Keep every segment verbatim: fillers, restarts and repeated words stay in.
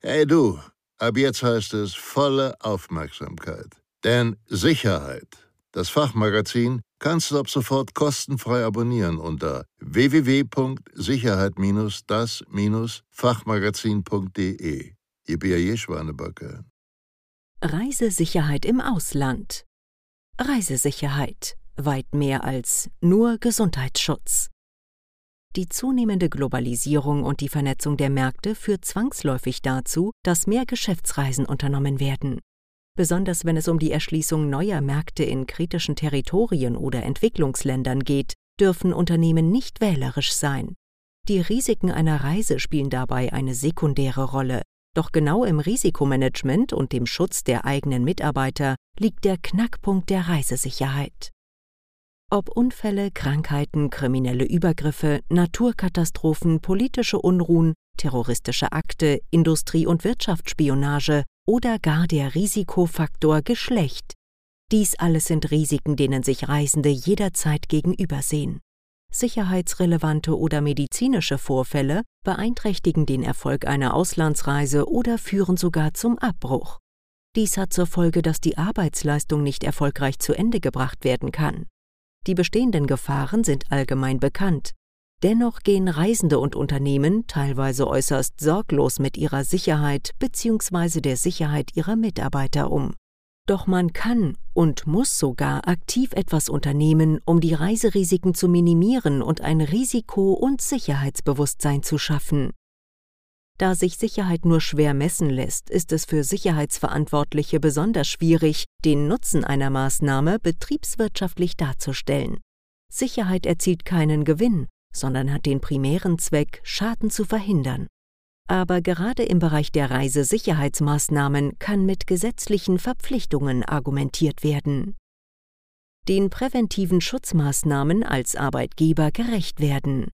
Hey du, ab jetzt heißt es volle Aufmerksamkeit. Denn Sicherheit, das Fachmagazin, kannst du ab sofort kostenfrei abonnieren unter w w w punkt sicherheit das Fachmagazin punkt de. Ihr B A J-Schwanebacke. Reisesicherheit im Ausland. Reisesicherheit. Weit mehr als nur Gesundheitsschutz. Die zunehmende Globalisierung und die Vernetzung der Märkte führt zwangsläufig dazu, dass mehr Geschäftsreisen unternommen werden. Besonders wenn es um die Erschließung neuer Märkte in kritischen Territorien oder Entwicklungsländern geht, dürfen Unternehmen nicht wählerisch sein. Die Risiken einer Reise spielen dabei eine sekundäre Rolle. Doch genau im Risikomanagement und dem Schutz der eigenen Mitarbeiter liegt der Knackpunkt der Reisesicherheit. Ob Unfälle, Krankheiten, kriminelle Übergriffe, Naturkatastrophen, politische Unruhen, terroristische Akte, Industrie- und Wirtschaftsspionage oder gar der Risikofaktor Geschlecht. Dies alles sind Risiken, denen sich Reisende jederzeit gegenübersehen. Sicherheitsrelevante oder medizinische Vorfälle beeinträchtigen den Erfolg einer Auslandsreise oder führen sogar zum Abbruch. Dies hat zur Folge, dass die Arbeitsleistung nicht erfolgreich zu Ende gebracht werden kann. Die bestehenden Gefahren sind allgemein bekannt. Dennoch gehen Reisende und Unternehmen teilweise äußerst sorglos mit ihrer Sicherheit bzw. der Sicherheit ihrer Mitarbeiter um. Doch man kann und muss sogar aktiv etwas unternehmen, um die Reiserisiken zu minimieren und ein Risiko- und Sicherheitsbewusstsein zu schaffen. Da sich Sicherheit nur schwer messen lässt, ist es für Sicherheitsverantwortliche besonders schwierig, den Nutzen einer Maßnahme betriebswirtschaftlich darzustellen. Sicherheit erzielt keinen Gewinn, sondern hat den primären Zweck, Schaden zu verhindern. Aber gerade im Bereich der Reisesicherheitsmaßnahmen kann mit gesetzlichen Verpflichtungen argumentiert werden. Den präventiven Schutzmaßnahmen als Arbeitgeber gerecht werden.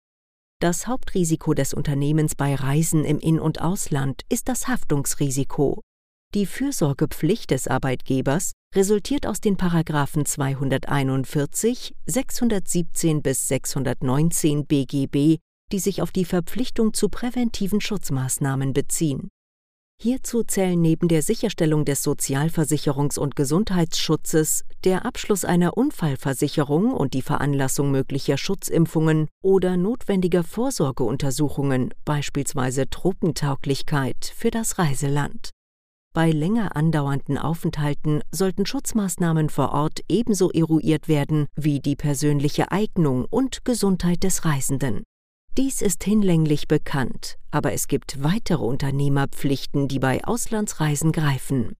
Das Hauptrisiko des Unternehmens bei Reisen im In- und Ausland ist das Haftungsrisiko. Die Fürsorgepflicht des Arbeitgebers resultiert aus den Paragraphen zweihunderteinundvierzig, sechshundertsiebzehn bis sechshundertneunzehn B G B, die sich auf die Verpflichtung zu präventiven Schutzmaßnahmen beziehen. Hierzu zählen neben der Sicherstellung des Sozialversicherungs- und Gesundheitsschutzes der Abschluss einer Unfallversicherung und die Veranlassung möglicher Schutzimpfungen oder notwendiger Vorsorgeuntersuchungen, beispielsweise Truppentauglichkeit, für das Reiseland. Bei länger andauernden Aufenthalten sollten Schutzmaßnahmen vor Ort ebenso eruiert werden wie die persönliche Eignung und Gesundheit des Reisenden. Dies ist hinlänglich bekannt, aber es gibt weitere Unternehmerpflichten, die bei Auslandsreisen greifen.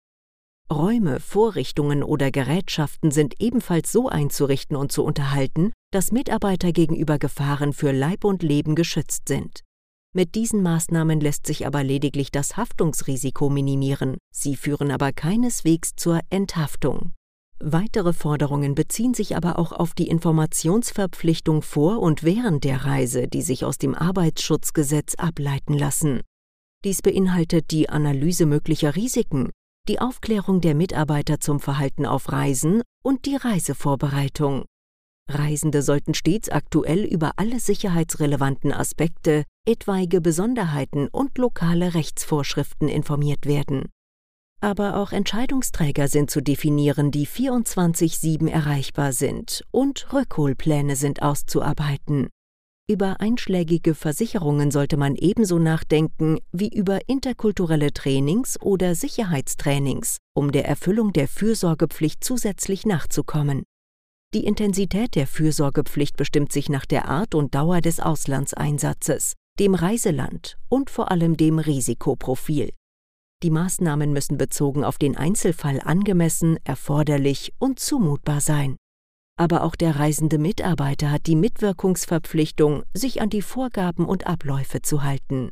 Räume, Vorrichtungen oder Gerätschaften sind ebenfalls so einzurichten und zu unterhalten, dass Mitarbeiter gegenüber Gefahren für Leib und Leben geschützt sind. Mit diesen Maßnahmen lässt sich aber lediglich das Haftungsrisiko minimieren, sie führen aber keineswegs zur Enthaftung. Weitere Forderungen beziehen sich aber auch auf die Informationsverpflichtung vor und während der Reise, die sich aus dem Arbeitsschutzgesetz ableiten lassen. Dies beinhaltet die Analyse möglicher Risiken, die Aufklärung der Mitarbeiter zum Verhalten auf Reisen und die Reisevorbereitung. Reisende sollten stets aktuell über alle sicherheitsrelevanten Aspekte, etwaige Besonderheiten und lokale Rechtsvorschriften informiert werden. Aber auch Entscheidungsträger sind zu definieren, die vierundzwanzig sieben erreichbar sind, und Rückholpläne sind auszuarbeiten. Über einschlägige Versicherungen sollte man ebenso nachdenken wie über interkulturelle Trainings oder Sicherheitstrainings, um der Erfüllung der Fürsorgepflicht zusätzlich nachzukommen. Die Intensität der Fürsorgepflicht bestimmt sich nach der Art und Dauer des Auslandseinsatzes, dem Reiseland und vor allem dem Risikoprofil. Die Maßnahmen müssen bezogen auf den Einzelfall angemessen, erforderlich und zumutbar sein. Aber auch der reisende Mitarbeiter hat die Mitwirkungsverpflichtung, sich an die Vorgaben und Abläufe zu halten.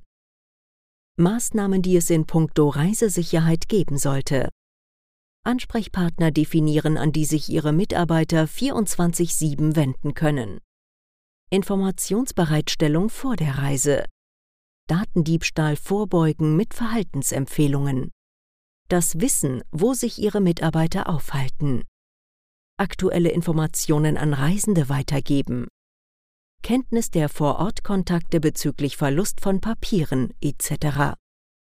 Maßnahmen, die es in puncto Reisesicherheit geben sollte. Ansprechpartner definieren, an die sich ihre Mitarbeiter vierundzwanzig sieben wenden können. Informationsbereitstellung vor der Reise. Datendiebstahl vorbeugen mit Verhaltensempfehlungen. Das Wissen, wo sich Ihre Mitarbeiter aufhalten. Aktuelle Informationen an Reisende weitergeben. Kenntnis der Vor-Ort-Kontakte bezüglich Verlust von Papieren et cetera.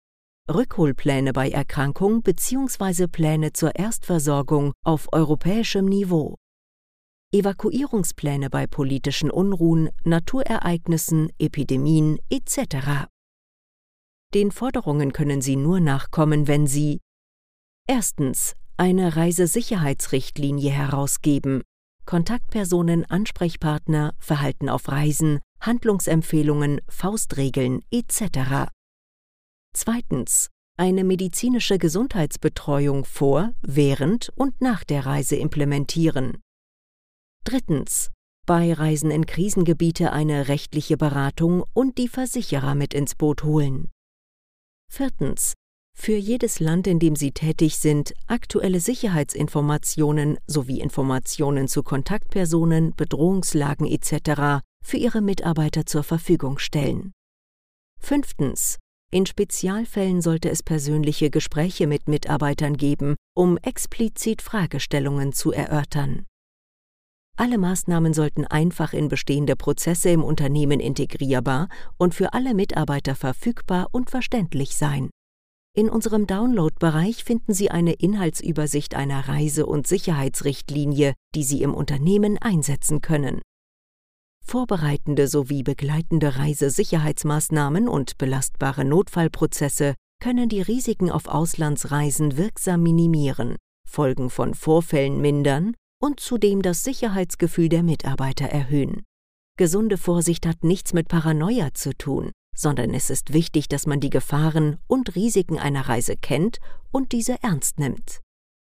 Rückholpläne bei Erkrankung bzw. Pläne zur Erstversorgung auf europäischem Niveau, Evakuierungspläne bei politischen Unruhen, Naturereignissen, Epidemien et cetera. Den Forderungen können Sie nur nachkommen, wenn Sie erstens eine Reisesicherheitsrichtlinie herausgeben, Kontaktpersonen, Ansprechpartner, Verhalten auf Reisen, Handlungsempfehlungen, Faustregeln et cetera. Zweitens eine medizinische Gesundheitsbetreuung vor, während und nach der Reise implementieren. Drittens bei Reisen in Krisengebiete eine rechtliche Beratung und die Versicherer mit ins Boot holen. Viertens für jedes Land, in dem Sie tätig sind, aktuelle Sicherheitsinformationen sowie Informationen zu Kontaktpersonen, Bedrohungslagen et cetera für Ihre Mitarbeiter zur Verfügung stellen. Fünftens in Spezialfällen sollte es persönliche Gespräche mit Mitarbeitern geben, um explizit Fragestellungen zu erörtern. Alle Maßnahmen sollten einfach in bestehende Prozesse im Unternehmen integrierbar und für alle Mitarbeiter verfügbar und verständlich sein. In unserem Download-Bereich finden Sie eine Inhaltsübersicht einer Reise- und Sicherheitsrichtlinie, die Sie im Unternehmen einsetzen können. Vorbereitende sowie begleitende Reisesicherheitsmaßnahmen und belastbare Notfallprozesse können die Risiken auf Auslandsreisen wirksam minimieren, Folgen von Vorfällen mindern und zudem das Sicherheitsgefühl der Mitarbeiter erhöhen. Gesunde Vorsicht hat nichts mit Paranoia zu tun, sondern es ist wichtig, dass man die Gefahren und Risiken einer Reise kennt und diese ernst nimmt.